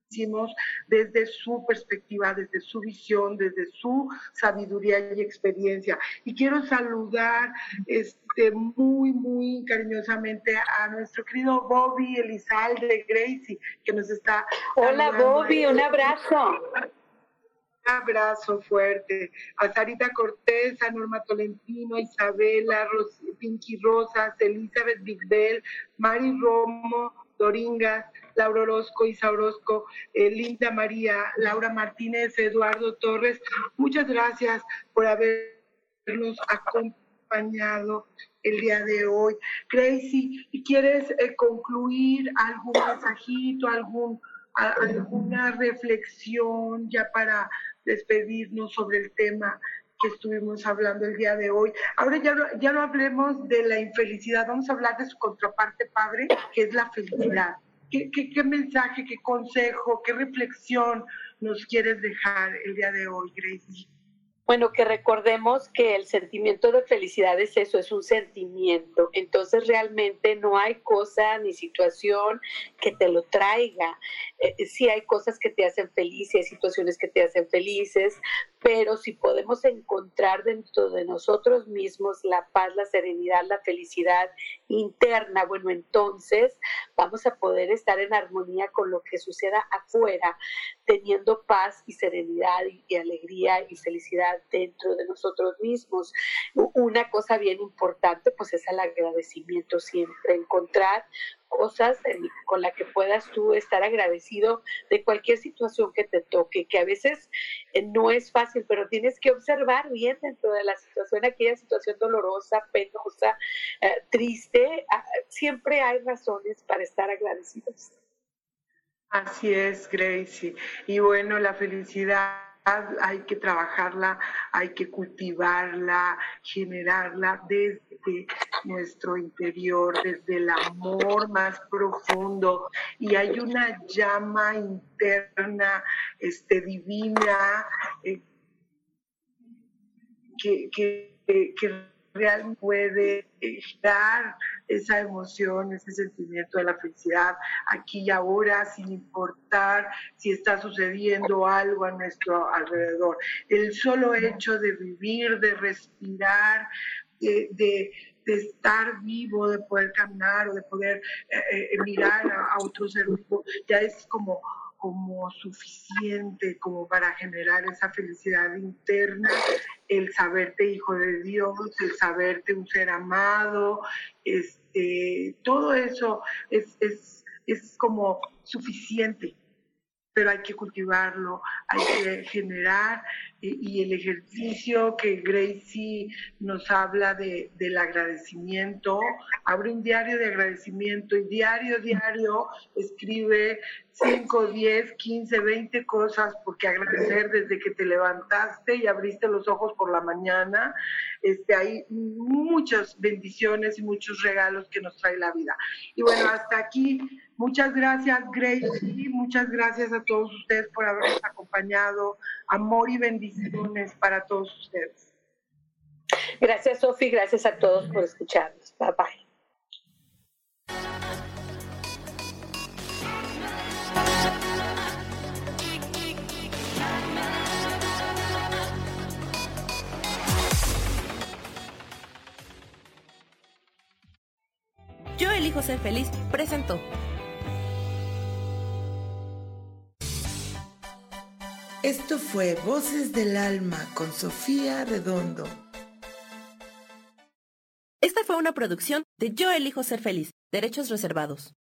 desde su perspectiva, desde su visión, desde su sabiduría y experiencia. Y quiero saludar este, muy, muy cariñosamente a nuestro querido Bobby Elizalde Gracie, que nos está... Hola Bobby, un abrazo. Un abrazo fuerte. A Sarita Cortés, a Norma Tolentino, a Isabela, Ros Pinky Rosas, Elizabeth Big Bell, Mari Romo, Doringas, Laura Orozco, Isa Orozco, eh, Linda María, Laura Martínez, Eduardo Torres. Muchas gracias por habernos acompañado el día de hoy. Gracie, ¿quieres eh, concluir algún mensajito, algún, a, alguna reflexión ya para despedirnos sobre el tema que estuvimos hablando el día de hoy? Ahora ya no, ya no hablemos de la infelicidad, vamos a hablar de su contraparte padre, que es la felicidad. ¿Qué, qué, qué mensaje, qué consejo, qué reflexión nos quieres dejar el día de hoy, Gracie? Bueno, que recordemos que el sentimiento de felicidad es eso, es un sentimiento. Entonces realmente no hay cosa ni situación que te lo traiga. Eh, sí hay cosas que te hacen feliz, hay situaciones que te hacen felices, pero si podemos encontrar dentro de nosotros mismos la paz, la serenidad, la felicidad interna, bueno, entonces vamos a poder estar en armonía con lo que suceda afuera, teniendo paz y serenidad y, y alegría y felicidad dentro de nosotros mismos. Una cosa bien importante pues es el agradecimiento siempre, encontrar cosas en, con las que puedas tú estar agradecido de cualquier situación que te toque, que a veces eh, no es fácil, pero tienes que observar bien dentro de la situación, aquella situación dolorosa, penosa, eh, triste, eh, siempre hay razones para estar agradecidos. Así es, Gracie. Y bueno, la felicidad hay que trabajarla, hay que cultivarla, generarla desde nuestro interior, desde el amor más profundo. Y hay una llama interna, este, divina, eh, que, que, que realmente puede dar esa emoción, ese sentimiento de la felicidad aquí y ahora, sin importar si está sucediendo algo a nuestro alrededor. El solo hecho de vivir, de respirar, de, de, de estar vivo, de poder caminar o de poder eh, mirar a, a otro ser vivo, ya es como como suficiente como para generar esa felicidad interna, el saberte hijo de Dios, el saberte un ser amado, este, todo eso es, es, es como suficiente, pero hay que cultivarlo, hay que generar, y, y el ejercicio que Gracie nos habla de, del agradecimiento, abre un diario de agradecimiento y diario, diario escribe cinco, diez, quince, veinte cosas porque agradecer desde que te levantaste y abriste los ojos por la mañana. Este, hay muchas bendiciones y muchos regalos que nos trae la vida. Y bueno, hasta aquí. Muchas gracias, Gracie. Muchas gracias a todos ustedes por habernos acompañado. Amor y bendiciones para todos ustedes. Gracias, Sofi. Gracias a todos por escucharnos. Bye, bye. Yo elijo ser feliz presentó. Esto fue Voces del Alma con Sofía Redondo. Esta fue una producción de Yo elijo ser feliz. Derechos reservados.